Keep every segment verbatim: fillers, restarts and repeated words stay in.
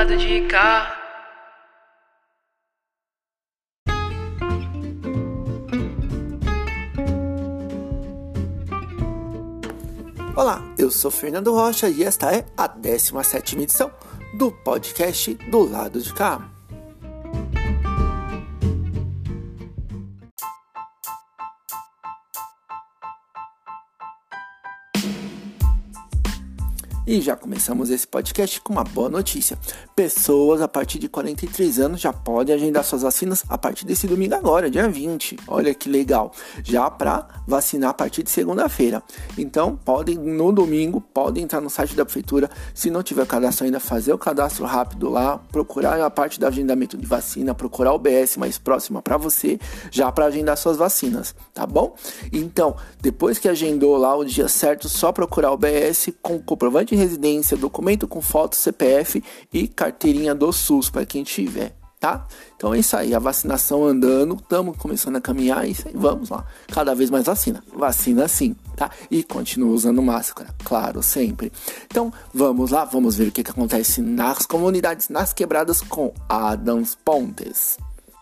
lado de cá. Olá, eu sou Fernando Rocha e esta é a décima sétima edição do podcast Do Lado de Cá. E já começamos esse podcast com uma boa notícia. Pessoas a partir de quarenta e três anos já podem agendar suas vacinas a partir desse domingo agora, dia vinte. Olha que legal. Já para vacinar a partir de segunda-feira. Então, podem, no domingo, podem entrar no site da prefeitura. Se não tiver cadastro ainda, fazer o cadastro rápido lá. Procurar a parte do agendamento de vacina. Procurar o B S mais próxima para você, já para agendar suas vacinas, tá bom? Então, depois que agendou lá o dia certo, só procurar o B S com comprovante de residência, documento com foto, C P F e carteirinha do SUS para quem tiver, tá? Então é isso aí, a vacinação andando, estamos começando a caminhar e vamos lá, cada vez mais vacina, vacina sim, tá? E continua usando máscara, claro, sempre. Então vamos lá, vamos ver o que, que acontece nas comunidades, nas quebradas com Adams Pontes.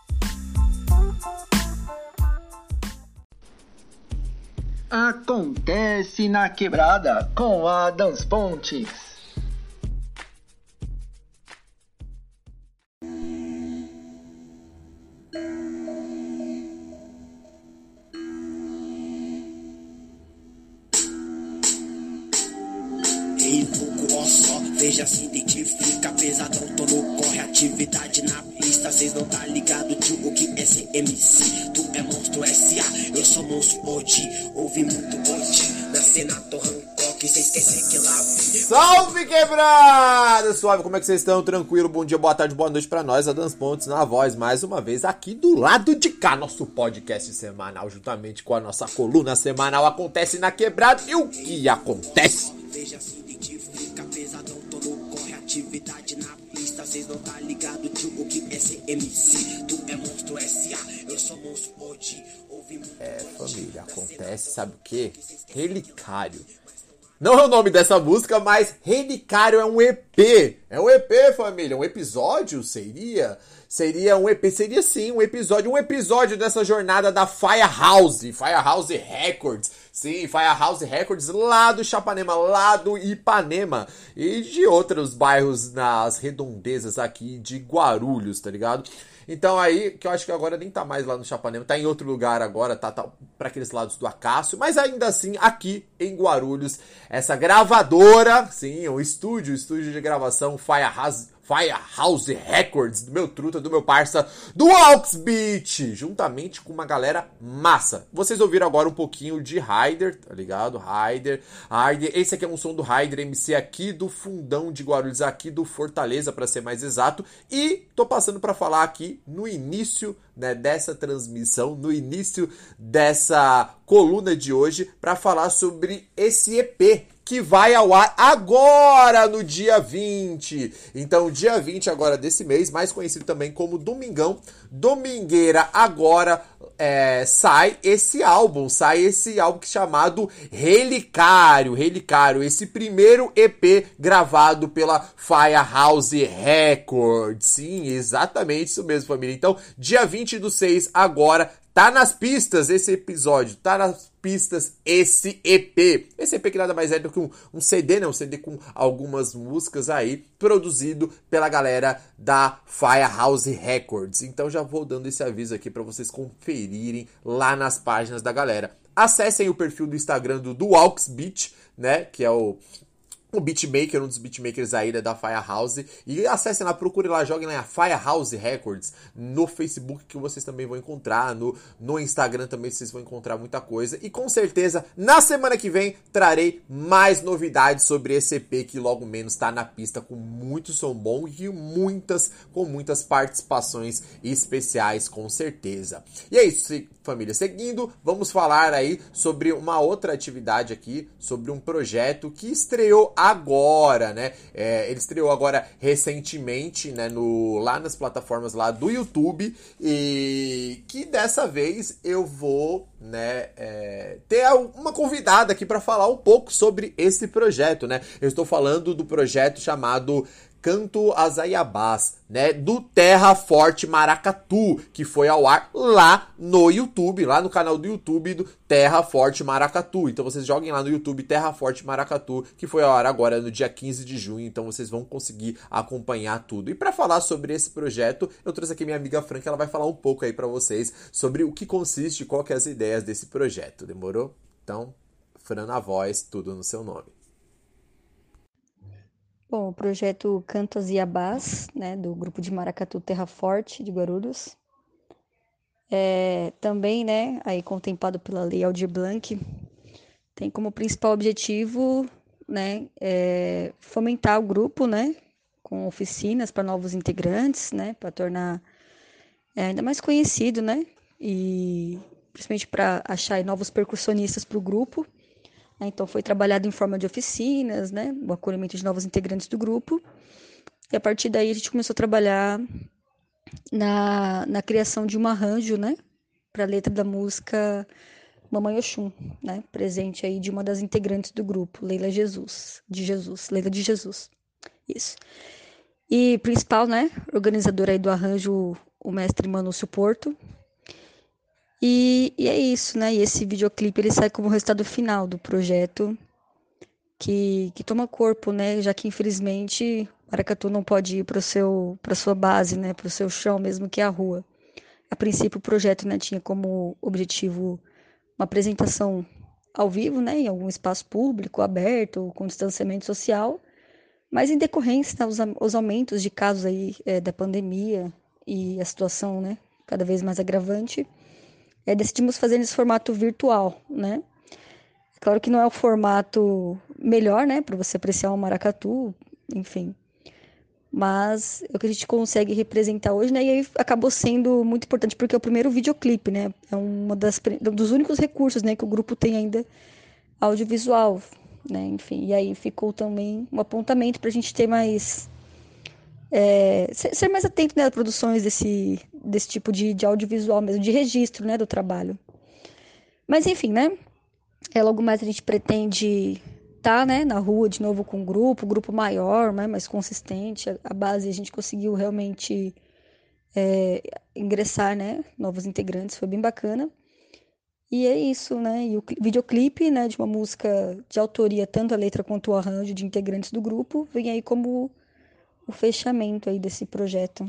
Acontece na quebrada com Adams Pontes. Ei, pouco ó só, veja se identifica, pesadão, tô no corre, atividade na pista, cês não tá ligado, tio, o que é ser M C, tu é monstro S A, eu sou monstro hoje, ouvi muito hoje, na cena tô Hancock, cê esquece que lá vi. Salve quebrada, suave, como é que vocês estão? Tranquilo, bom dia, boa tarde, boa noite pra nós, Adams Pontes na voz, mais uma vez aqui do lado de cá, nosso podcast semanal, juntamente com a nossa coluna semanal, acontece na quebrada, e o que acontece? Veja se identifica, pesadão, tô no corre, atividade na pista, cês não tá ligado, tio, o que é ser M C, tu é monstro S A, eu sou monstro hoje, ouvi muito. É, família, acontece, sabe o que? Relicário. Não é o nome dessa música, mas Relicário é um E P. É um E P, família. Um episódio seria? Seria um E P. Seria sim um episódio. Um episódio dessa jornada da Firehouse. Firehouse Records. Sim, Firehouse Records lá do Chapanema, lá do Ipanema. E de outros bairros nas redondezas aqui de Guarulhos, tá ligado? Então aí, que eu acho que agora nem tá mais lá no Chapanema, tá em outro lugar agora, tá, tá pra aqueles lados do Acácio, mas ainda assim, aqui em Guarulhos, essa gravadora, sim, um estúdio, estúdio de gravação Firehouse, Firehouse Records, do meu truta, do meu parça, do Aux Beat, juntamente com uma galera massa. Vocês ouviram agora um pouquinho de Raider, tá ligado? Raider, Raider, esse aqui é um som do Raider M C aqui do Fundão de Guarulhos, aqui do Fortaleza, pra ser mais exato, e tô passando pra falar aqui no início, né, dessa transmissão, no início dessa coluna de hoje, pra falar sobre esse E P, que vai ao ar agora no dia vinte. Então, dia vinte agora desse mês, mais conhecido também como Domingão, Domingueira, agora é, sai esse álbum, sai esse álbum chamado Relicário, Relicário, esse primeiro E P gravado pela Firehouse Records. Sim, exatamente isso mesmo, família. Então, dia vinte do seis agora, tá nas pistas esse episódio, tá nas pistas esse E P. Esse E P que nada mais é do que um, um C D, né? Um C D com algumas músicas aí, produzido pela galera da Firehouse Records. Então já vou dando esse aviso aqui para vocês conferirem lá nas páginas da galera. Acessem o perfil do Instagram do, do Aux Beat, né? Que é o... o beatmaker, um dos beatmakers aí da Firehouse, e acessem lá, procurem lá, joguem lá a Firehouse Records no Facebook, que vocês também vão encontrar, no, no Instagram também vocês vão encontrar muita coisa, e com certeza, na semana que vem, trarei mais novidades sobre esse E P, que logo menos tá na pista, com muito som bom, e muitas, com muitas participações especiais, com certeza. E é isso, família, seguindo, vamos falar aí sobre uma outra atividade aqui, sobre um projeto que estreou agora, né? É, ele estreou agora recentemente, né? No, lá nas plataformas lá do YouTube, e que dessa vez eu vou, né? É, ter uma convidada aqui para falar um pouco sobre esse projeto, né? Eu estou falando do projeto chamado Canto às Aiabás, né, do Terra Forte Maracatu, que foi ao ar lá no YouTube, lá no canal do YouTube do Terra Forte Maracatu. Então vocês joguem lá no YouTube Terra Forte Maracatu, que foi ao ar agora no dia quinze de junho, então vocês vão conseguir acompanhar tudo. E para falar sobre esse projeto, eu trouxe aqui minha amiga Fran, que ela vai falar um pouco aí para vocês sobre o que consiste e qual que é as ideias desse projeto. Demorou? Então, Fran na voz, tudo no seu nome. Bom, o projeto Canto às Iabás, né, do grupo de Maracatu Terra Forte de Guarulhos, é também, né, aí contemplado pela Lei Aldir Blanc, tem como principal objetivo, né, é fomentar o grupo, né, com oficinas para novos integrantes, né, para tornar é, ainda mais conhecido, né, e principalmente para achar novos percussionistas para o grupo. Então, foi trabalhado em forma de oficinas, né? O acolhimento de novos integrantes do grupo. E a partir daí, a gente começou a trabalhar na, na criação de um arranjo, né? Para a letra da música Mamãe Oxum, né? Presente aí de uma das integrantes do grupo, Leila Jesus, de Jesus, Leila de Jesus. Isso. E principal, né? Organizador aí do arranjo, o mestre Manúcio Porto. E, e é isso, né? E esse videoclipe ele sai como resultado final do projeto que, que toma corpo, né? Já que infelizmente Maracatu não pode ir para seu para sua base, né? Para o seu chão mesmo que é a rua. A princípio o projeto, né, tinha como objetivo uma apresentação ao vivo, né? Em algum espaço público aberto com distanciamento social, mas em decorrência aos né, os aumentos de casos aí é, da pandemia e a situação, né? Cada vez mais agravante. É, decidimos fazer nesse formato virtual, né? Claro que não é o formato melhor, né? Para você apreciar o maracatu, enfim. Mas é o que a gente consegue representar hoje, né? E aí acabou sendo muito importante, porque é o primeiro videoclipe, né? É uma das, um dos únicos recursos, né? Que o grupo tem ainda audiovisual, né? Enfim, e aí ficou também um apontamento para a gente ter mais... É, ser mais atento, né, a produções desse, desse tipo de, de audiovisual mesmo, de registro, né, do trabalho. Mas enfim, né, é, logo mais a gente pretende estar, tá, né, na rua de novo com o grupo, grupo maior, né, mais consistente, a, a base a gente conseguiu realmente é, ingressar, né, novos integrantes, foi bem bacana. E é isso, né, e o videoclipe, né, de uma música de autoria, tanto a letra quanto o arranjo de integrantes do grupo, vem aí como o fechamento aí desse projeto.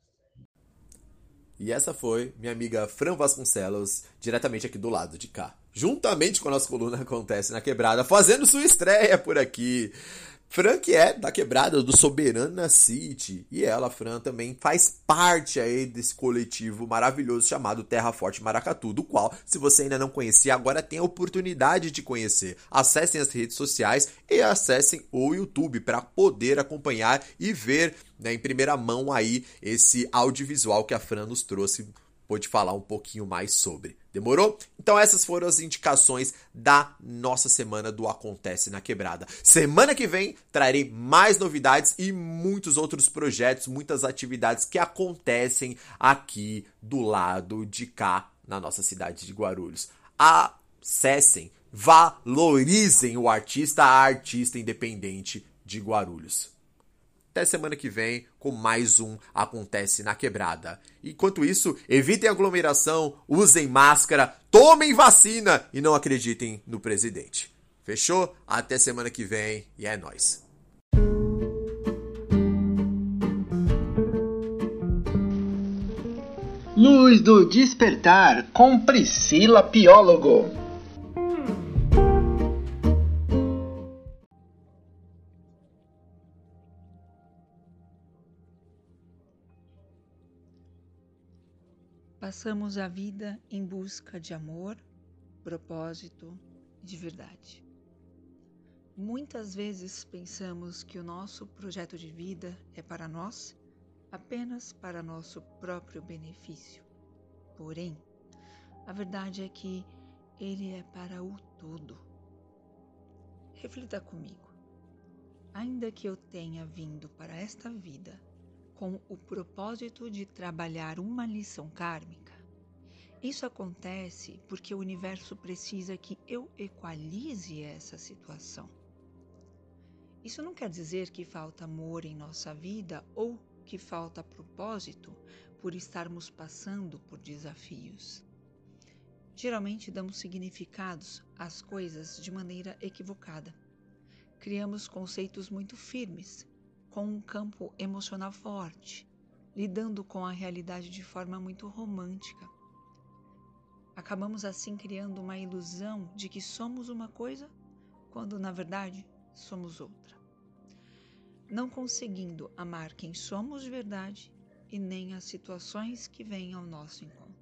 E essa foi minha amiga Fran Vasconcelos, diretamente aqui do lado de cá. Juntamente com a nossa coluna Acontece na Quebrada, fazendo sua estreia por aqui. Fran, que é da Quebrada, do Soberana City. E ela, Fran, também faz parte aí desse coletivo maravilhoso chamado Terra Forte Maracatu, do qual, se você ainda não conhecia, agora tem a oportunidade de conhecer. Acessem as redes sociais e acessem o YouTube para poder acompanhar e ver, né, em primeira mão aí esse audiovisual que a Fran nos trouxe. Pode falar um pouquinho mais sobre. Demorou? Então essas foram as indicações da nossa semana do Acontece na Quebrada. Semana que vem trarei mais novidades e muitos outros projetos, muitas atividades que acontecem aqui do lado de cá, na nossa cidade de Guarulhos. Acessem, valorizem o artista, a artista independente de Guarulhos. Até semana que vem com mais um Acontece na Quebrada. Enquanto isso, evitem aglomeração, usem máscara, tomem vacina e não acreditem no presidente. Fechou? Até semana que vem e é nóis. Luz do Despertar com Priscila Piólogo. Passamos a vida em busca de amor, propósito e de verdade. Muitas vezes pensamos que o nosso projeto de vida é para nós, apenas para nosso próprio benefício. Porém, a verdade é que ele é para o todo. Reflita comigo. Ainda que eu tenha vindo para esta vida com o propósito de trabalhar uma lição kármica, isso acontece porque o universo precisa que eu equalize essa situação. Isso não quer dizer que falta amor em nossa vida ou que falta propósito por estarmos passando por desafios. Geralmente damos significados às coisas de maneira equivocada. Criamos conceitos muito firmes, com um campo emocional forte, lidando com a realidade de forma muito romântica. Acabamos assim criando uma ilusão de que somos uma coisa, quando na verdade somos outra. Não conseguindo amar quem somos de verdade e nem as situações que vêm ao nosso encontro.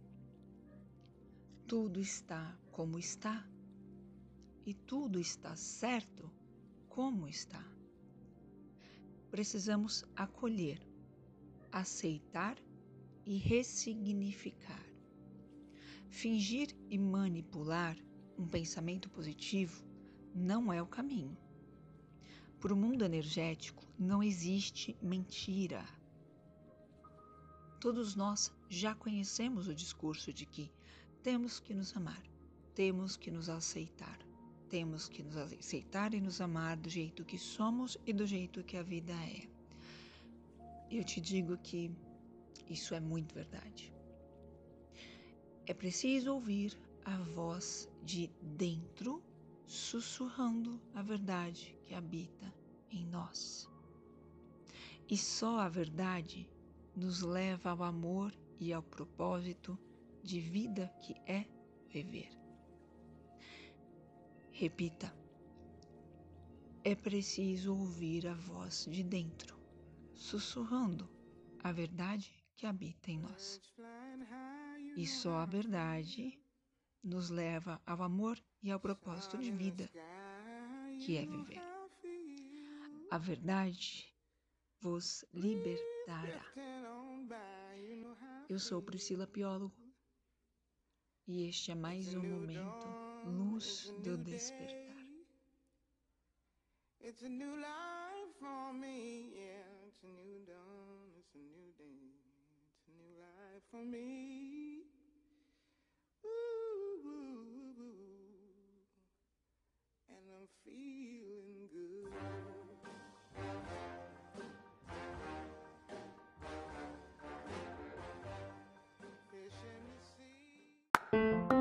Tudo está como está e tudo está certo como está. Precisamos acolher, aceitar e ressignificar. Fingir e manipular um pensamento positivo não é o caminho. Para o mundo energético não existe mentira. Todos nós já conhecemos o discurso de que temos que nos amar, temos que nos aceitar, temos que nos aceitar e nos amar do jeito que somos e do jeito que a vida é. Eu te digo que isso é muito verdade. É preciso ouvir a voz de dentro sussurrando a verdade que habita em nós. E só a verdade nos leva ao amor e ao propósito de vida que é viver. Repita: é preciso ouvir a voz de dentro, sussurrando a verdade que habita em nós. E só a verdade nos leva ao amor e ao propósito de vida que é viver. A verdade vos libertará. Eu sou Priscila Piólogo e este é mais um momento Luz do Despertar. It's a new life for me, yeah, it's a new dawn, it's a new day, it's a new life for me. Ooh, ooh, ooh, and I'm feeling good. Fish in the sea.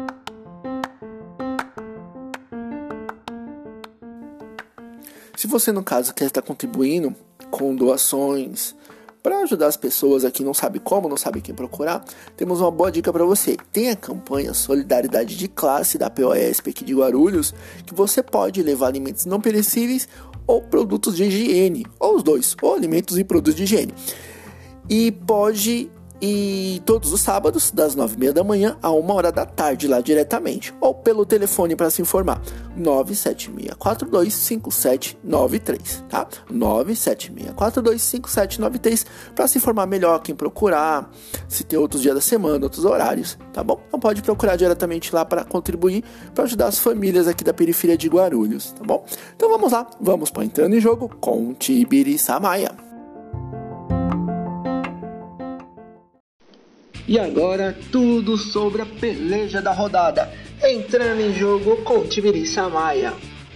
Se você, no caso, quer estar contribuindo com doações para ajudar as pessoas aqui, não sabe como, não sabe quem procurar, temos uma boa dica para você. Tem a campanha Solidariedade de Classe da P O S P aqui de Guarulhos, que você pode levar alimentos não perecíveis ou produtos de higiene, ou os dois, ou alimentos e produtos de higiene. E pode ir todos os sábados, das nove e meia da manhã a uma hora da tarde lá diretamente, ou pelo telefone para se informar, nove sete seis quatro dois cinco sete nove três, tá? nove sete seis quatro dois cinco sete nove três, para se informar melhor quem procurar, se tem outros dias da semana, outros horários, tá bom? Então pode procurar diretamente lá para contribuir, para ajudar as famílias aqui da periferia de Guarulhos, tá bom? Então vamos lá, vamos para Entrando em Jogo com Tibiriçá Maia. E agora, tudo sobre a peleja da rodada. Entrando em Jogo com Tibiriçá Maia.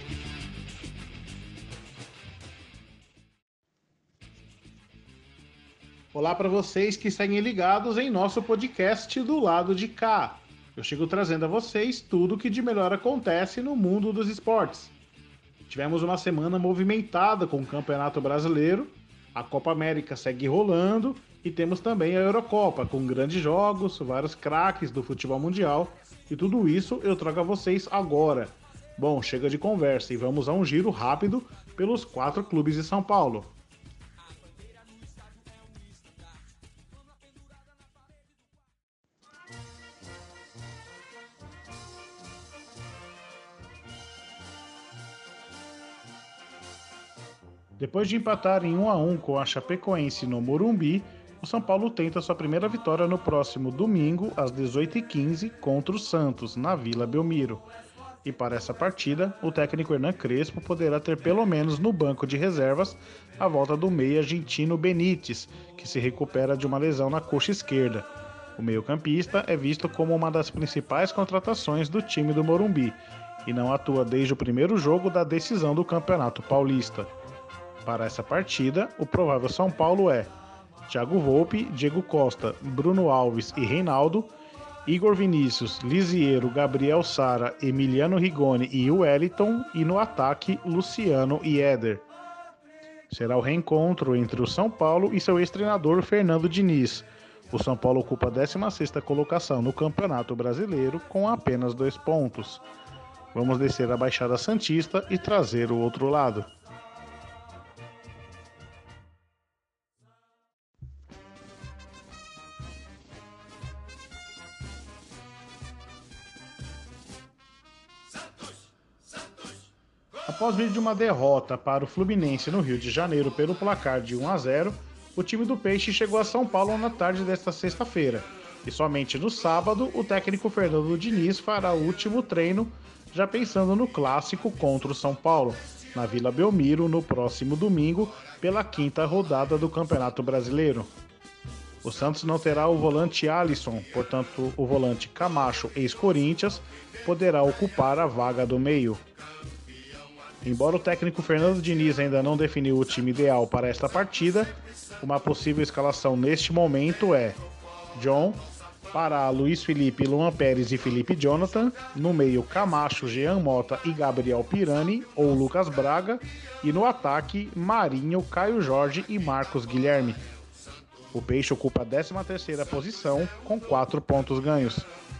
Olá para vocês que seguem ligados em nosso podcast do lado de cá. Eu chego trazendo a vocês tudo o que de melhor acontece no mundo dos esportes. Tivemos uma semana movimentada com o Campeonato Brasileiro, a Copa América segue rolando e temos também a Eurocopa, com grandes jogos, vários craques do futebol mundial, e tudo isso eu trago a vocês agora. Bom, chega de conversa e vamos a um giro rápido pelos quatro clubes de São Paulo. Depois de empatar em um a um com a Chapecoense no Morumbi, o São Paulo tenta sua primeira vitória no próximo domingo, às dezoito e quinze, contra o Santos, na Vila Belmiro. E para essa partida, o técnico Hernan Crespo poderá ter pelo menos no banco de reservas a volta do meia argentino Benítez, que se recupera de uma lesão na coxa esquerda. O meio-campista é visto como uma das principais contratações do time do Morumbi, e não atua desde o primeiro jogo da decisão do Campeonato Paulista. Para essa partida, o provável São Paulo é Thiago Volpe, Diego Costa, Bruno Alves e Reinaldo, Igor Vinícius, Lisiero, Gabriel Sara, Emiliano Rigoni e Wellington, e no ataque, Luciano e Éder. Será o reencontro entre o São Paulo e seu ex-treinador Fernando Diniz. O São Paulo ocupa a décima sexta colocação no Campeonato Brasileiro com apenas dois pontos. Vamos descer a Baixada Santista e trazer o outro lado. Após vir de uma derrota para o Fluminense no Rio de Janeiro pelo placar de um a zero, o time do Peixe chegou a São Paulo na tarde desta sexta-feira. E somente no sábado, o técnico Fernando Diniz fará o último treino, já pensando no clássico contra o São Paulo, na Vila Belmiro, no próximo domingo, pela quinta rodada do Campeonato Brasileiro. O Santos não terá o volante Alisson, portanto, o volante Camacho, ex-Corinthians, poderá ocupar a vaga do meio. Embora o técnico Fernando Diniz ainda não definiu o time ideal para esta partida, uma possível escalação neste momento é John, Pará, Luiz Felipe, Luan Pérez e Felipe Jonathan, no meio Camacho, Jean Mota e Gabriel Pirani ou Lucas Braga, e no ataque Marinho, Caio Jorge e Marcos Guilherme. O Peixe ocupa a décima terceira posição com quatro pontos ganhos.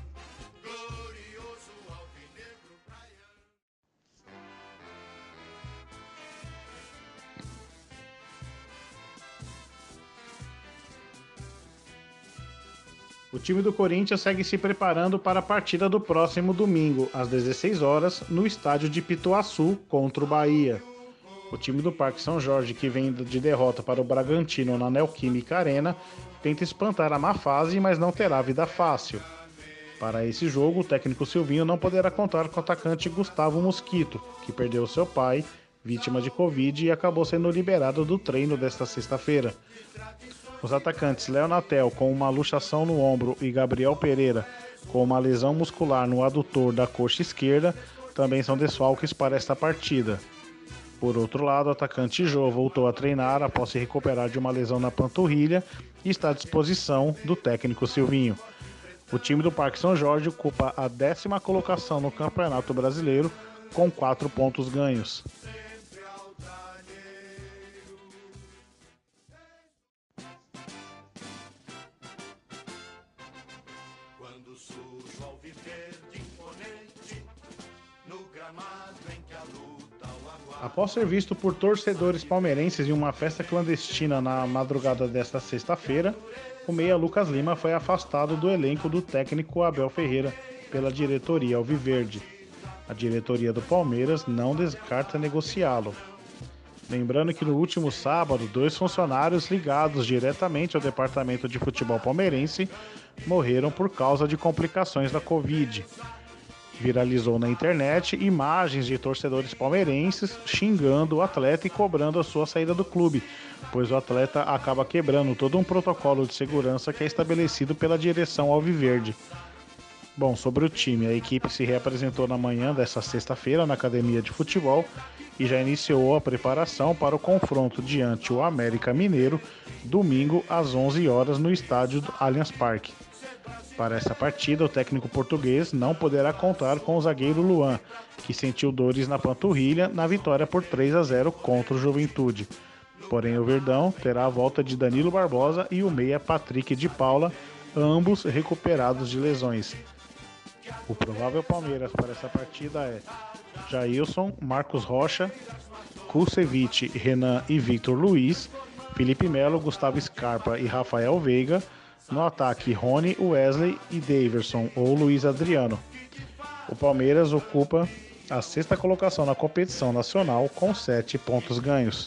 O time do Corinthians segue se preparando para a partida do próximo domingo, às dezesseis horas, no estádio de Pituaçu, contra o Bahia. O time do Parque São Jorge, que vem de derrota para o Bragantino na Neoquímica Arena, tenta espantar a má fase, mas não terá vida fácil. Para esse jogo, o técnico Silvinho não poderá contar com o atacante Gustavo Mosquito, que perdeu seu pai, vítima de Covid, e acabou sendo liberado do treino desta sexta-feira. Os atacantes Léo Natel, com uma luxação no ombro, e Gabriel Pereira, com uma lesão muscular no adutor da coxa esquerda, também são desfalques para esta partida. Por outro lado, o atacante Jô voltou a treinar após se recuperar de uma lesão na panturrilha e está à disposição do técnico Silvinho. O time do Parque São Jorge ocupa a décima colocação no Campeonato Brasileiro com quatro pontos ganhos. Após ser visto por torcedores palmeirenses em uma festa clandestina na madrugada desta sexta-feira, o meia Lucas Lima foi afastado do elenco do técnico Abel Ferreira pela diretoria alviverde. A diretoria do Palmeiras não descarta negociá-lo. Lembrando que no último sábado, dois funcionários ligados diretamente ao departamento de futebol palmeirense morreram por causa de complicações da Covid. Viralizou na internet imagens de torcedores palmeirenses xingando o atleta e cobrando a sua saída do clube, pois o atleta acaba quebrando todo um protocolo de segurança que é estabelecido pela direção alviverde. Bom, sobre o time, a equipe se reapresentou na manhã desta sexta-feira na academia de futebol e já iniciou a preparação para o confronto diante o América Mineiro, domingo às onze horas no estádio do Allianz Parque. Para essa partida, o técnico português não poderá contar com o zagueiro Luan, que sentiu dores na panturrilha na vitória por três a zero contra o Juventude. Porém, o Verdão terá a volta de Danilo Barbosa e o meia Patrick de Paula, ambos recuperados de lesões. O provável Palmeiras para essa partida é Jailson, Marcos Rocha, Kusevich, Renan e Victor Luiz, Felipe Melo, Gustavo Scarpa e Rafael Veiga. No ataque, Rony, Wesley e Daverson ou Luiz Adriano. O Palmeiras ocupa a sexta colocação na competição nacional com sete pontos ganhos.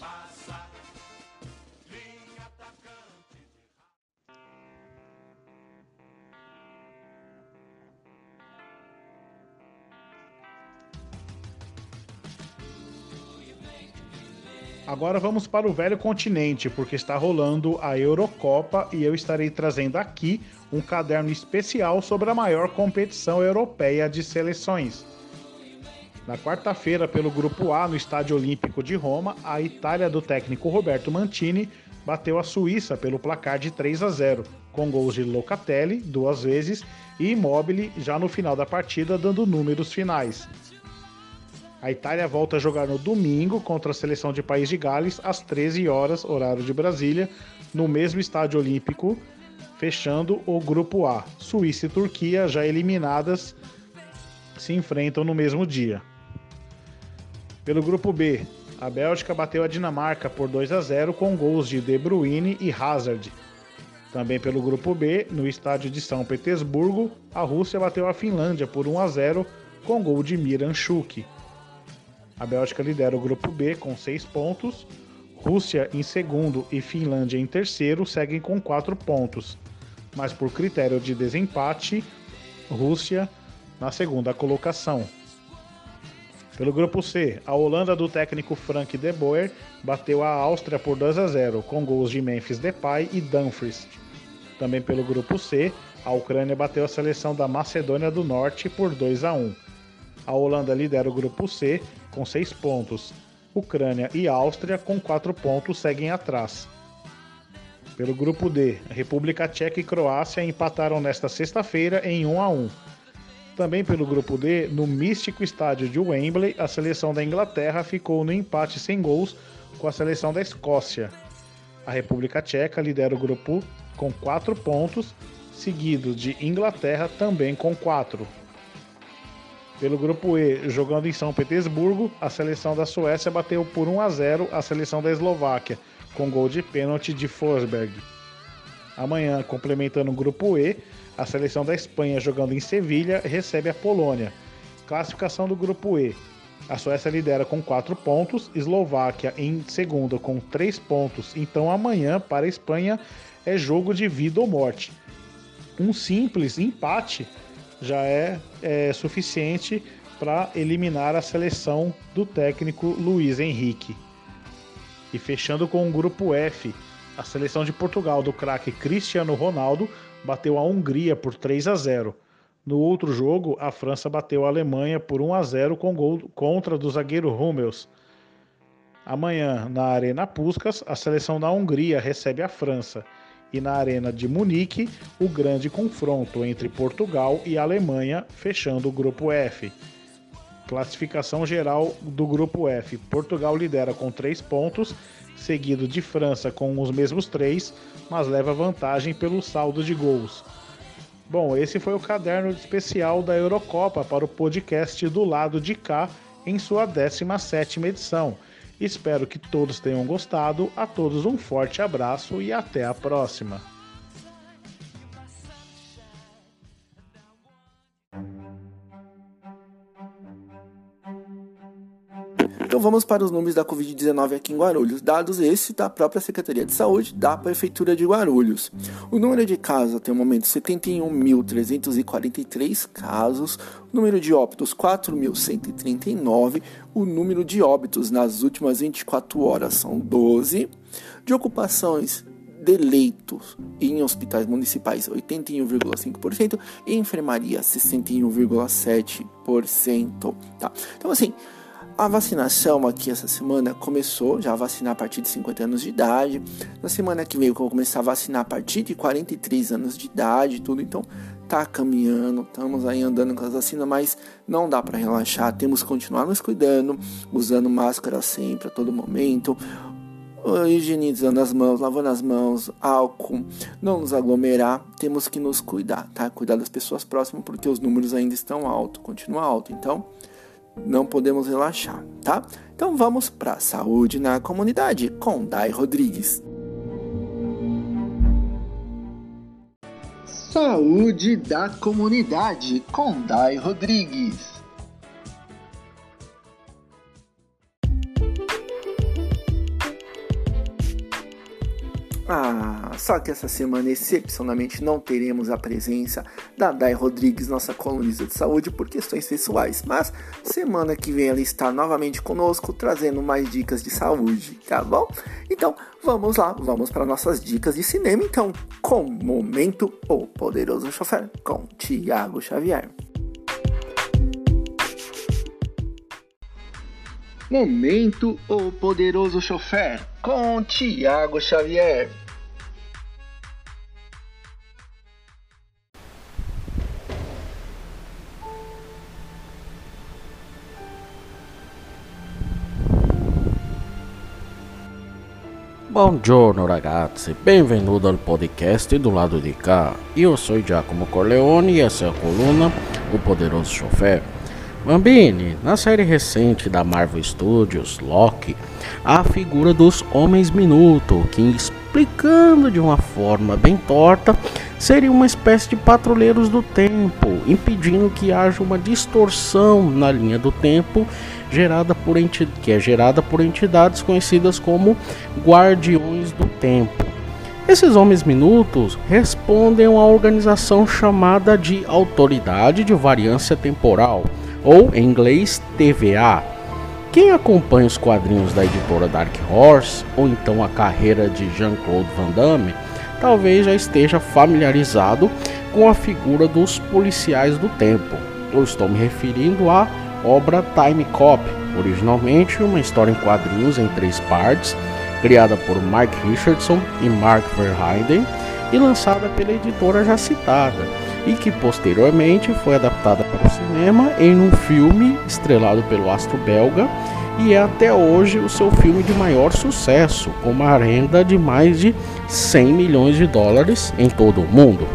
Agora vamos para o velho continente, porque está rolando a Eurocopa e eu estarei trazendo aqui um caderno especial sobre a maior competição europeia de seleções. Na quarta-feira, pelo Grupo A, no Estádio Olímpico de Roma, a Itália do técnico Roberto Mantini bateu a Suíça pelo placar de três a zero, com gols de Locatelli, duas vezes, e Immobile já no final da partida, dando números finais. A Itália volta a jogar no domingo contra a seleção de País de Gales, às treze horas, horário de Brasília, no mesmo Estádio Olímpico, fechando o Grupo A. Suíça e Turquia, já eliminadas, se enfrentam no mesmo dia. Pelo Grupo B, a Bélgica bateu a Dinamarca por dois a zero com gols de De Bruyne e Hazard. Também pelo Grupo B, no estádio de São Petersburgo, a Rússia bateu a Finlândia por um a zero com gol de Miran Šuki. A Bélgica lidera o Grupo B com seis pontos, Rússia em segundo e Finlândia em terceiro seguem com quatro pontos, mas por critério de desempate, Rússia na segunda colocação. Pelo Grupo C, a Holanda do técnico Frank de Boer bateu a Áustria por dois a zero, com gols de Memphis Depay e Dumfries. Também pelo Grupo C, a Ucrânia bateu a seleção da Macedônia do Norte por dois a um. A Holanda lidera o Grupo C com seis pontos. Ucrânia e Áustria com quatro pontos seguem atrás. Pelo Grupo D, a República Tcheca e Croácia empataram nesta sexta-feira em um a um. Também pelo Grupo D, no místico estádio de Wembley, a seleção da Inglaterra ficou no empate sem gols com a seleção da Escócia. A República Tcheca lidera o grupo com quatro pontos, seguido de Inglaterra também com quatro. Pelo Grupo E, jogando em São Petersburgo, a seleção da Suécia bateu por um a zero a seleção da Eslováquia, com gol de pênalti de Forsberg. Amanhã, complementando o Grupo E, a seleção da Espanha, jogando em Sevilha, recebe a Polônia. Classificação do Grupo E. A Suécia lidera com quatro pontos, Eslováquia em segundo com três pontos. Então amanhã, para a Espanha, é jogo de vida ou morte. Um simples empate já é, é suficiente para eliminar a seleção do técnico Luiz Henrique. E fechando com o Grupo F, a seleção de Portugal do craque Cristiano Ronaldo bateu a Hungria por três a zero. No outro jogo, a França bateu a Alemanha por um a zero com gol contra do zagueiro Hummels. Amanhã, na Arena Puskás, a seleção da Hungria recebe a França. E na Arena de Munique, o grande confronto entre Portugal e Alemanha, fechando o Grupo F. Classificação geral do Grupo F. Portugal lidera com três pontos, seguido de França com os mesmos três, mas leva vantagem pelo saldo de gols. Bom, esse foi o caderno especial da Eurocopa para o podcast do lado de cá, em sua décima sétima edição. Espero que todos tenham gostado, a todos um forte abraço e até a próxima. Então vamos para os números da covid dezenove aqui em Guarulhos, dados esses da própria Secretaria de Saúde da Prefeitura de Guarulhos. O número de casos até o momento setenta e um mil trezentos e quarenta e três casos, o número de óbitos quatro mil cento e trinta e nove, o número de óbitos nas últimas vinte e quatro horas são doze, de ocupações de leitos em hospitais municipais oitenta e um vírgula cinco por cento e enfermaria sessenta e um vírgula sete por cento. Tá? Então assim, a vacinação aqui essa semana começou já a vacinar a partir de cinquenta anos de idade. Na semana que vem eu vou começar a vacinar a partir de quarenta e três anos de idade, tudo. Então tá caminhando, estamos aí andando com as vacinas, mas não dá para relaxar. Temos que continuar nos cuidando, usando máscara sempre, a todo momento, higienizando as mãos, lavando as mãos, álcool, não nos aglomerar. Temos que nos cuidar, tá? Cuidar das pessoas próximas, porque os números ainda estão altos, continua alto. Então não podemos relaxar, tá? Então vamos para Saúde na Comunidade com Dai Rodrigues. Saúde da Comunidade com Dai Rodrigues. Ah, só que essa semana excepcionalmente não teremos a presença da Dai Rodrigues, nossa colunista de saúde, por questões pessoais. Mas semana que vem ela está novamente conosco, trazendo mais dicas de saúde, tá bom? Então vamos lá, vamos para nossas dicas de cinema então, com Momento O Poderoso Chofer, com Tiago Xavier. Momento O Poderoso Chofer, com Tiago Xavier. Buongiorno ragazzi, benvenuto al podcast do lado di cá. Io sono Giacomo Corleone e essa é a coluna O Poderoso Chofer. Bambini, na série recente da Marvel Studios, Loki, há a figura dos Homens Minuto, que explicando de uma forma bem torta, seria uma espécie de patrulheiros do tempo, impedindo que haja uma distorção na linha do tempo gerada por enti- que é gerada por entidades conhecidas como Guardiões do Tempo. Esses Homens Minutos respondem a uma organização chamada de Autoridade de Variância Temporal, ou em inglês T V A. Quem acompanha os quadrinhos da editora Dark Horse, ou então a carreira de Jean-Claude Van Damme, talvez já esteja familiarizado com a figura dos policiais do tempo. Eu estou me referindo à obra Time Cop, originalmente uma história em quadrinhos em três partes, criada por Mike Richardson e Mark Verheiden e lançada pela editora já citada, e que posteriormente foi adaptada para o cinema em um filme estrelado pelo astro belga e é até hoje o seu filme de maior sucesso, com uma renda de mais de cem milhões de dólares em todo o mundo.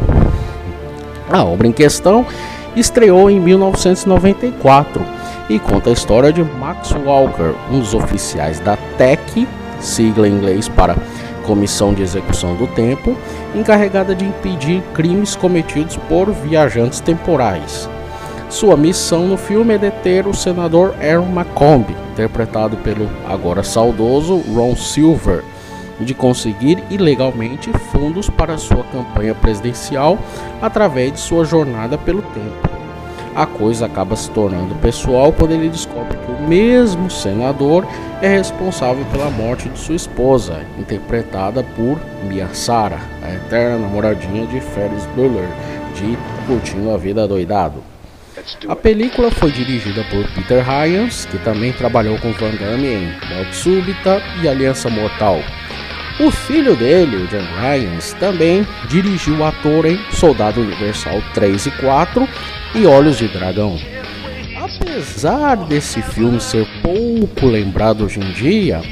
A obra em questão estreou em mil novecentos e noventa e quatro e conta a história de Max Walker, um dos oficiais da T E C, sigla em inglês para Comissão de Execução do Tempo, encarregada de impedir crimes cometidos por viajantes temporais. Sua missão no filme é deter o senador Aaron Macomb, interpretado pelo agora saudoso Ron Silver, de conseguir ilegalmente fundos para sua campanha presidencial através de sua jornada pelo tempo. A coisa acaba se tornando pessoal quando ele descobre que o mesmo senador é responsável pela morte de sua esposa, interpretada por Mia Sara, a eterna namoradinha de Ferris Bueller, de Curtindo a Vida Doidado. A película foi dirigida por Peter Hyams, que também trabalhou com Van Damme em Morte Súbita e Aliança Mortal. O filho dele, o John Hyams, também dirigiu o ator em Soldado Universal três e quatro e Olhos de Dragão. Apesar desse filme ser pouco lembrado hoje em dia,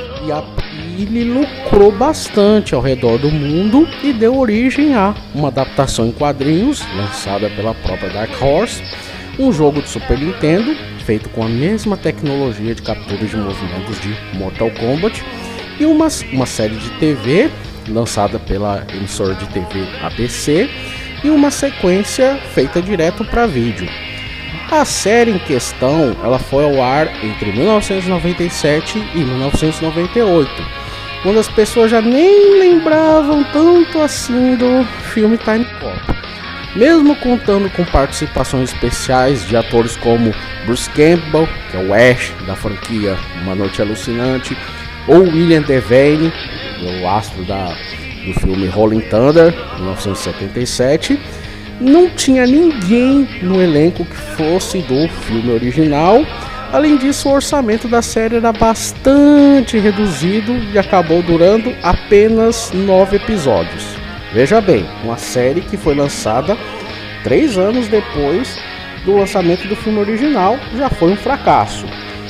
ele lucrou bastante ao redor do mundo e deu origem a uma adaptação em quadrinhos lançada pela própria Dark Horse, um jogo de Super Nintendo feito com a mesma tecnologia de captura de movimentos de Mortal Kombat e uma, uma série de T V lançada pela emissora de T V A B C e uma sequência feita direto para vídeo. A série em questão ela foi ao ar entre mil novecentos e noventa e sete e mil novecentos e noventa e oito, quando as pessoas já nem lembravam tanto assim do filme Time Cop. Mesmo contando com participações especiais de atores como Bruce Campbell, que é o Ash da franquia Uma Noite Alucinante, ou William Devane, o astro da, do filme Rolling Thunder, mil novecentos e setenta e sete, não tinha ninguém no elenco que fosse do filme original. Além disso, o orçamento da série era bastante reduzido e acabou durando apenas nove episódios. Veja bem, uma série que foi lançada três anos depois do lançamento do filme original já foi um fracasso.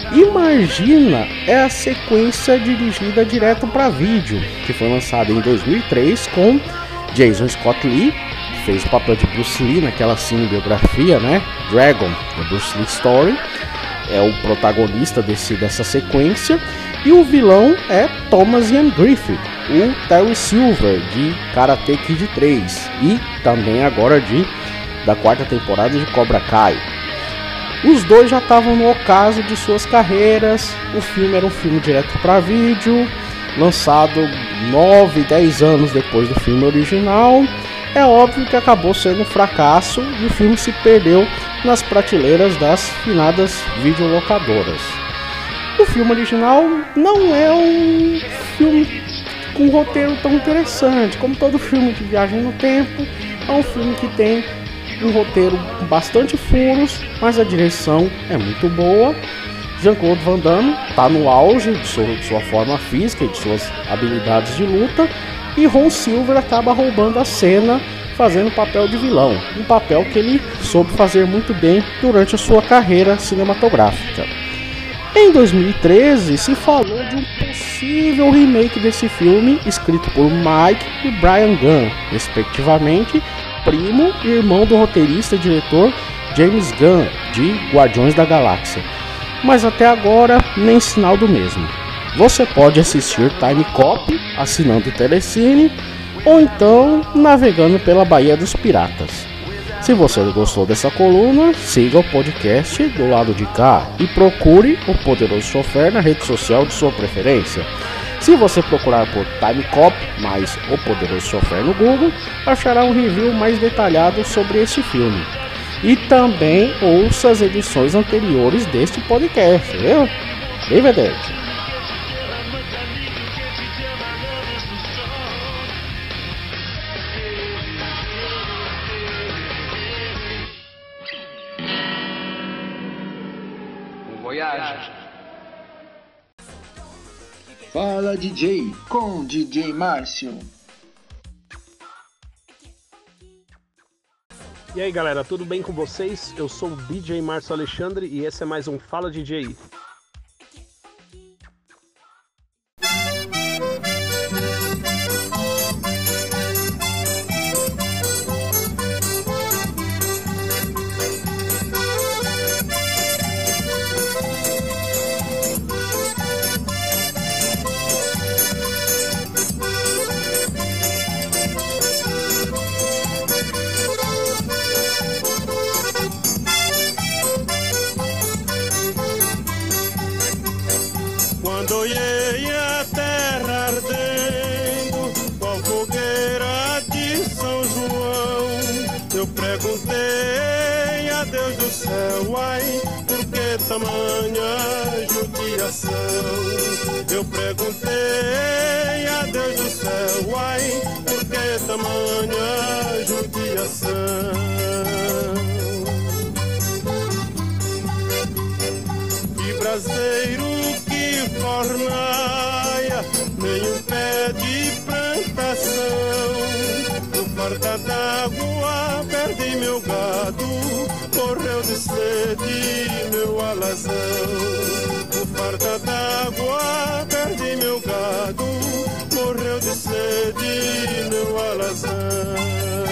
Imagina é a sequência dirigida direto para vídeo, que foi lançada em dois mil e três com Jason Scott Lee, que fez o papel de Bruce Lee naquela cinebiografia, né, Dragon, The Bruce Lee Story, é o protagonista desse, dessa sequência, e o vilão é Thomas Ian Griffith, o Terry Silver de Karate Kid três e também agora de, da quarta temporada de Cobra Kai. Os dois já estavam no ocaso de suas carreiras. O filme era um filme direto para vídeo, lançado nove, dez anos depois do filme original. É óbvio que acabou sendo um fracasso e o filme se perdeu nas prateleiras das finadas videolocadoras. O filme original não é um filme com um roteiro tão interessante. Como todo filme de viagem no tempo, é um filme que tem um roteiro com bastante furos, mas a direção é muito boa. Jean-Claude Van Damme está no auge de sua, de sua forma física e de suas habilidades de luta, e Ron Silver acaba roubando a cena fazendo o papel de vilão, um papel que ele soube fazer muito bem durante a sua carreira cinematográfica. Em dois mil e treze se falou de um possível remake desse filme, escrito por Mike e Brian Gunn, respectivamente, primo e irmão do roteirista e diretor James Gunn, de Guardiões da Galáxia. Mas até agora, nem sinal do mesmo. Você pode assistir Time Cop assinando o Telecine, ou então navegando pela Baía dos Piratas. Se você gostou dessa coluna, siga o podcast do lado de cá e procure o Poderoso Chofer na rede social de sua preferência. Se você procurar por Time Cop mais o Poderoso Chofer no Google, achará um review mais detalhado sobre este filme. E também ouça as edições anteriores deste podcast, viu? Arrivederci. Fala D J com D J Márcio. E aí galera, tudo bem com vocês? Eu sou o D J Márcio Alexandre e esse é mais um Fala D J. Quando olhei a terra ardendo, qual fogueira de São João, eu perguntei a Deus do céu, ai, por que tamanha judiação? Eu perguntei a Deus do céu, ai, por que tamanha judiação? Que braseiro fornaia, nem um pé de plantação. No farda d'água perdi meu gado, morreu de sede meu alazão. No farda d'água perdi meu gado, morreu de sede meu alazão.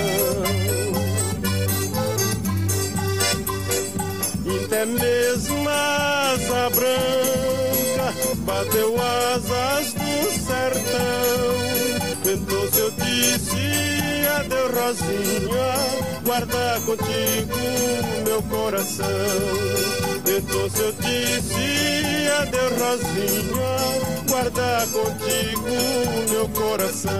Até mesmo a asa branca bateu asas do sertão. Então se eu disse adeus Rosinha, guarda contigo meu coração. Então se eu disse adeus Rosinha, guarda contigo meu coração.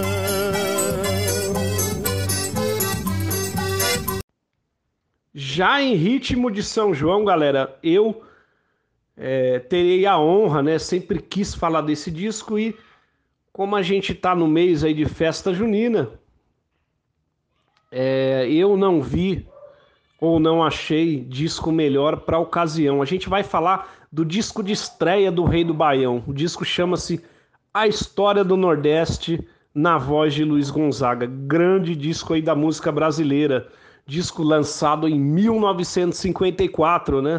Já em ritmo de São João, galera, eu é, terei a honra, né? Sempre quis falar desse disco e como a gente tá no mês aí de festa junina, é, eu não vi ou não achei disco melhor para a ocasião. A gente vai falar do disco de estreia do Rei do Baião. O disco chama-se A História do Nordeste, na voz de Luiz Gonzaga. Grande disco aí da música brasileira. Disco lançado em mil novecentos e cinquenta e quatro, né?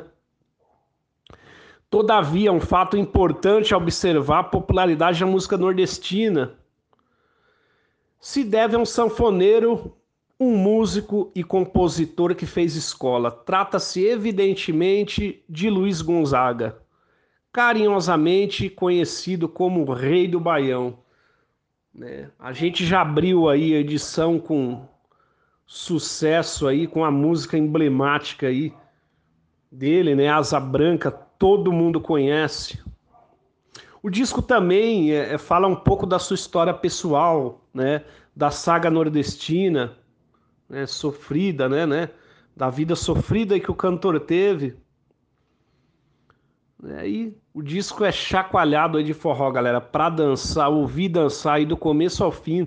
Todavia, um fato importante a observar a popularidade da música nordestina se deve a um sanfoneiro, um músico e compositor que fez escola. Trata-se evidentemente de Luiz Gonzaga, carinhosamente conhecido como o Rei do Baião. Né? A gente já abriu aí a edição com sucesso aí, com a música emblemática aí dele, né? Asa Branca, todo mundo conhece. O disco também é, é, fala um pouco da sua história pessoal, né? Da saga nordestina, né? Sofrida, né? né? Da vida sofrida que o cantor teve. E o disco é chacoalhado aí de forró, galera, pra dançar, ouvir dançar aí do começo ao fim.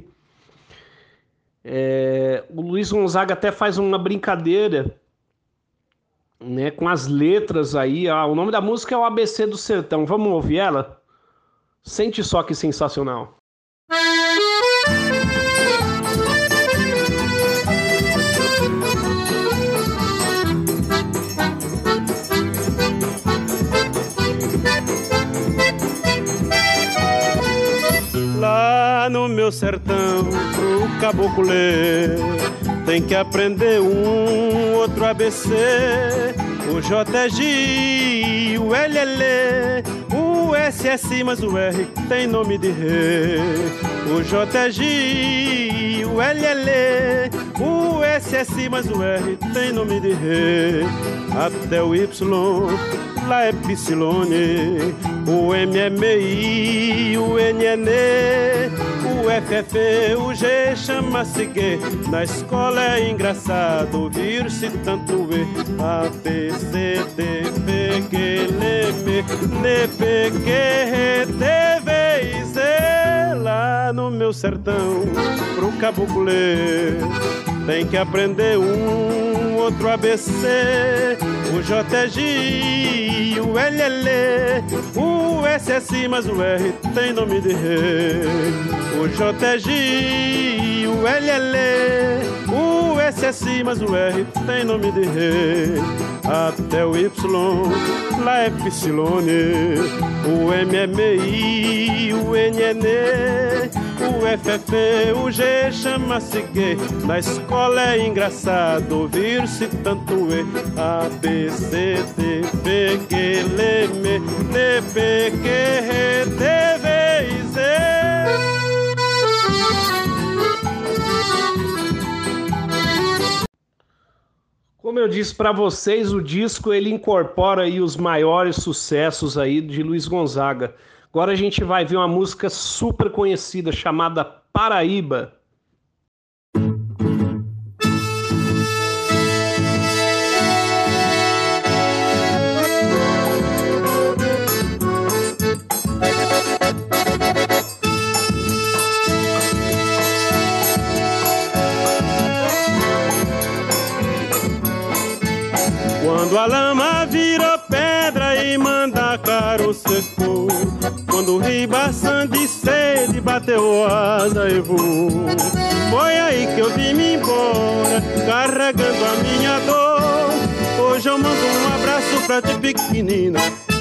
É, o Luiz Gonzaga até faz uma brincadeira né, com as letras aí. Ah, o nome da música é o A B C do Sertão. Vamos ouvir ela? Sente só que sensacional. Lá no meu sertão, pro caboclo ler, tem que aprender um outro A B C. O J é G, o L é Lê, o S é Si, mas o R tem nome de Rê. O J é G, o L é Lê, o S é Si, mas o R tem nome de Rê. Até o Y, lá é Psilone, o M é M I, o N é Nê, o F é Fê, o G chama-se G. Na escola é engraçado ouvir-se tanto E. A, B, C, D, F, G, L, M, N, P, Q, R, T, V e Z. Lá no meu sertão, pro caboclo ler, tem que aprender um outro A B C. O J é G, o L é Lê, o S é Si, mas o R tem nome de Rê. O J é G, o L é Lê, o S é Si, mas o R tem nome de Rê. Até o Y, lá é Psilone, o M é M I, o N é Nê, o F é Fê, o G chama-se G. Na escola é engraçado ouvir-se tanto E. A, B, C, D, F, G, L, M, N, P, Q, R, T, V e Z. Como eu disse para vocês, o disco ele incorpora aí os maiores sucessos aí de Luiz Gonzaga. Agora a gente vai ver uma música super conhecida chamada Paraíba. Quando a lama virou pedra e mandacaru secou, quando o ribação de sede bateu asa e voou, foi aí que eu vim-me embora, carregando a minha dor. Hoje eu mando um abraço pra ti, pequenina.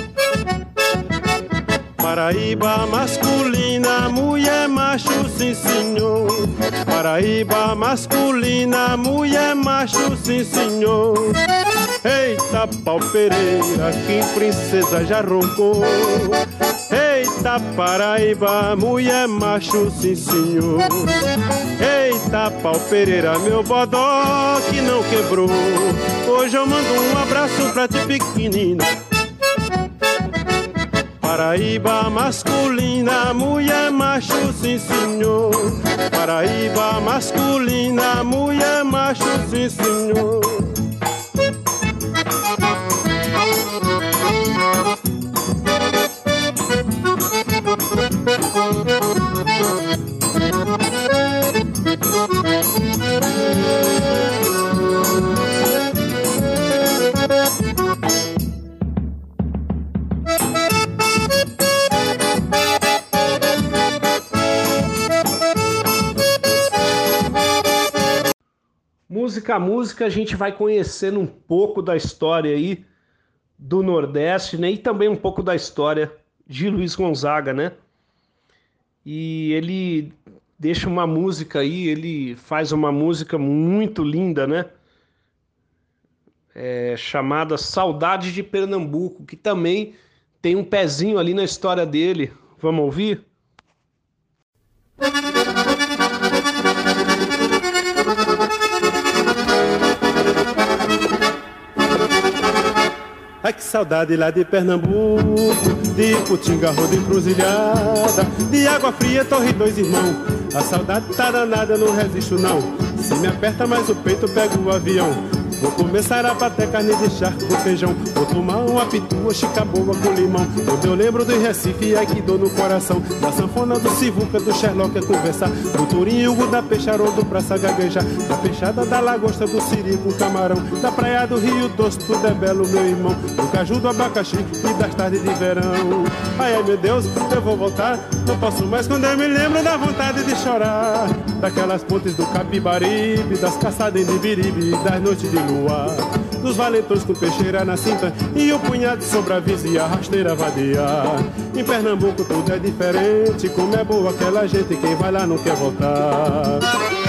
Paraíba masculina, mulher macho, sim senhor. Paraíba masculina, mulher macho, sim senhor. Eita pau Pereira, que princesa já roncou. Eita Paraíba, mulher macho, sim senhor. Eita pau Pereira, meu bodó que não quebrou. Hoje eu mando um abraço pra ti, pequenina. Paraíba masculina, mulher macho, sim senhor. Paraíba masculina, mulher macho, sim senhor. Música a música a gente vai conhecendo um pouco da história aí do Nordeste, né? E também um pouco da história de Luiz Gonzaga, né? E ele deixa uma música aí, ele faz uma música muito linda, né? É, chamada Saudade de Pernambuco, que também tem um pezinho ali na história dele. Vamos ouvir? Ai que saudade lá de Pernambuco, de Putinga, roda encruzilhada, de Água Fria, Torre Dois Irmãos. A saudade tá danada, eu não resisto não. Se me aperta mais o peito, pego o avião. Vou começar a bater carne de charco com feijão. Vou tomar uma pitua, chica boa com limão. Quando eu lembro do Recife, ai que dor no coração. Da sanfona, do Sivuca, do Sherlock a conversar. Do Turinho, da Peixarodo, praça gaguejar. Da peixada, da lagosta, do siri com camarão. Da praia do Rio Doce, tudo é belo, meu irmão. Do caju, do abacaxi e das tardes de verão. Ai, ai, meu Deus, eu vou voltar. Não posso mais quando eu me lembro da vontade de chorar. Daquelas pontes do Capibaribe, das caçadas em Ibiribe, das noites de luar, dos valentões com peixeira na cinta e o punhado de sobreaviso e a rasteira vadear. Em Pernambuco tudo é diferente, como é boa aquela gente, quem vai lá não quer voltar.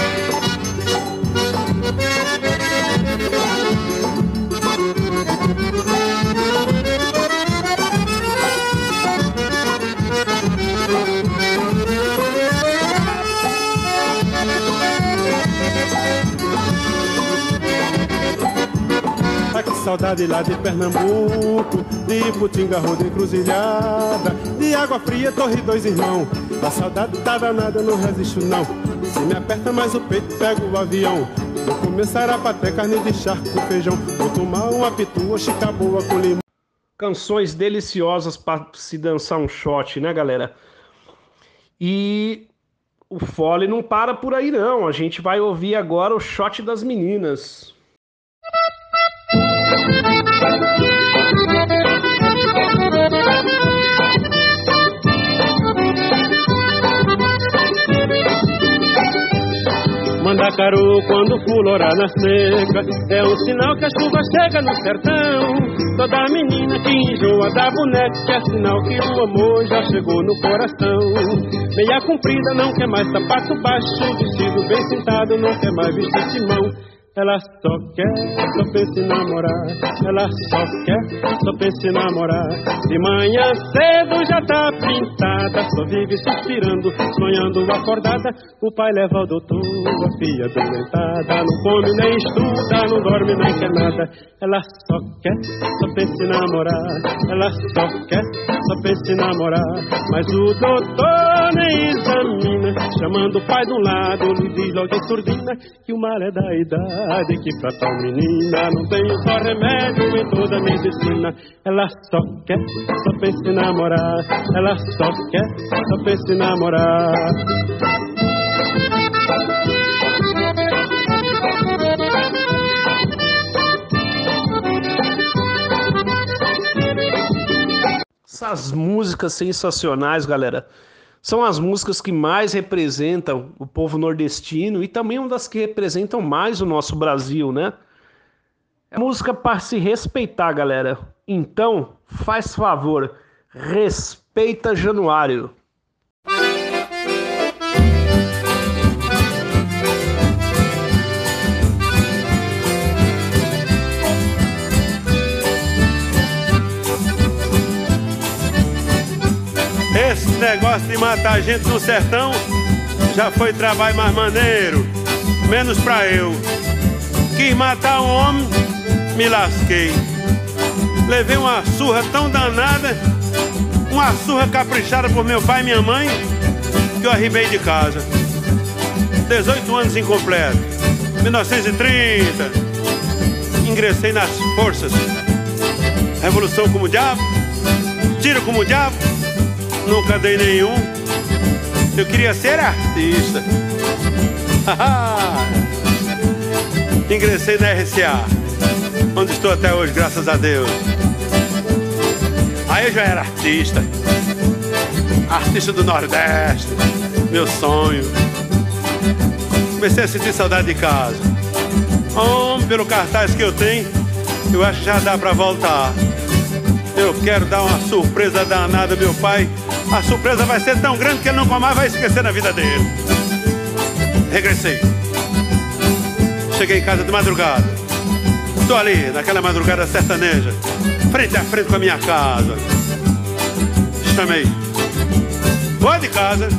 Ah, que saudade lá de Pernambuco, de Iputinga, roda encruzilhada, de Água Fria, Torre Dois Irmãos. A saudade tá danada, não resisto não. Se me aperta mais o peito, pego o avião. Vou começar a bater carne de charco com feijão. Vou tomar uma pitua, chica boa com limão. Canções deliciosas para se dançar um shot, né, galera? E o fole não para por aí, não. A gente vai ouvir agora o shot das meninas. Mandacaru quando fulorar na seca é um sinal que a chuva chega no sertão. Toda menina que enjoa da boneca é sinal que o amor já chegou no coração. Meia comprida não quer mais sapato baixo, vestido bem sentado não quer mais vestir timão. Ela só quer, só pensa em namorar. Ela só quer, só pensa em namorar. De manhã cedo já tá pintada, só vive suspirando, sonhando acordada. O pai leva ao doutor, a filha doentada, não come nem estuda, não dorme nem quer nada. Ela só quer, só pensa em namorar. Ela só quer, só pensa em namorar. Mas o doutor nem examina, chamando o pai de um lado, lhe diz logo em surdina que o mal é da idade, que pra tal menina não tenho só remédio em toda a medicina. Ela só quer, só pensa em namorar. Ela só quer, só pensa em namorar. Essas músicas sensacionais, galera, são as músicas que mais representam o povo nordestino e também uma das que representam mais o nosso Brasil, né? É música para se respeitar, galera. Então, faz favor, respeita Januário. Esse negócio de matar gente no sertão já foi trabalho mais maneiro, menos pra eu. Quis matar um homem, me lasquei. Levei uma surra tão danada, uma surra caprichada por meu pai e minha mãe, que eu arribei de casa. dezoito anos incompleto, mil novecentos e trinta, ingressei nas forças. Revolução como o diabo, tiro como o diabo, nunca dei nenhum. Eu queria ser artista. Ingressei na R C A, onde estou até hoje, graças a Deus. Aí eu já era artista. Artista do Nordeste, meu sonho. Comecei a sentir saudade de casa. Oh, pelo cartaz que eu tenho, eu acho que já dá pra voltar. Eu quero dar uma surpresa danada ao meu pai. A surpresa vai ser tão grande que ele nunca mais vai esquecer na vida dele. Regressei. Cheguei em casa de madrugada. Estou ali, naquela madrugada sertaneja, frente a frente com a minha casa. Chamei. Boa de casa.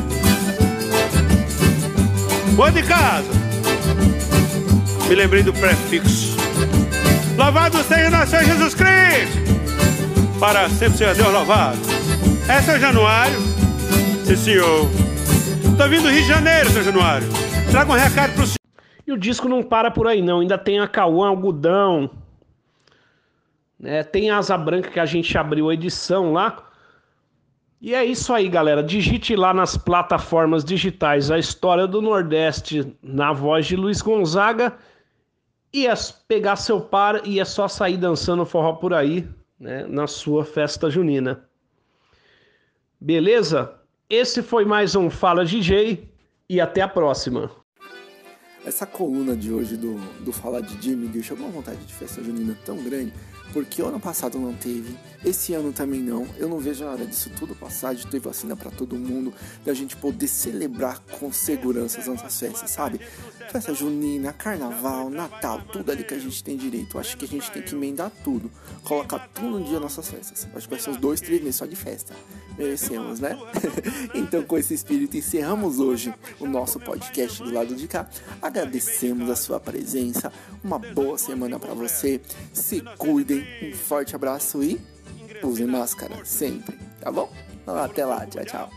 Boa de casa. Me lembrei do prefixo. Louvado seja nosso Senhor Jesus Cristo. Para sempre seja Deus louvado. É, seu Januário? Sim, senhor. Tô vindo do Rio de Janeiro, seu Januário. Traga um recado pro senhor. E o disco não para por aí não, ainda tem a Cauã Algodão, né? Tem a Asa Branca que a gente abriu a edição lá. E é isso aí, galera. Digite lá nas plataformas digitais A História do Nordeste na voz de Luiz Gonzaga e é pegar seu par e é só sair dançando forró por aí, né, na sua festa junina. Beleza? Esse foi mais um Fala D J e até a próxima. Essa coluna de hoje do, do Fala D J me deixou com uma vontade de festa junina tão grande, porque ano passado não teve, esse ano também não. Eu não vejo a hora disso tudo passar, de ter vacina pra todo mundo, da gente poder celebrar com segurança as nossas festas, sabe? Festa junina, carnaval, Natal, tudo ali que a gente tem direito. Eu acho que a gente tem que emendar tudo, colocar tudo no dia das nossas festas. Eu acho que vai ser uns dois, três meses só de festa. Merecemos, né? Então, com esse espírito, encerramos hoje o nosso podcast do lado de cá. Agradecemos a sua presença. Uma boa semana pra você. Se cuidem. Um forte abraço e usem máscara sempre, tá bom? Até lá, tchau, tchau.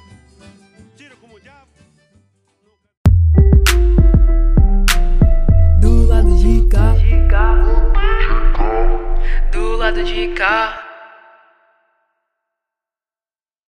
Do lado de cá, do lado de cá.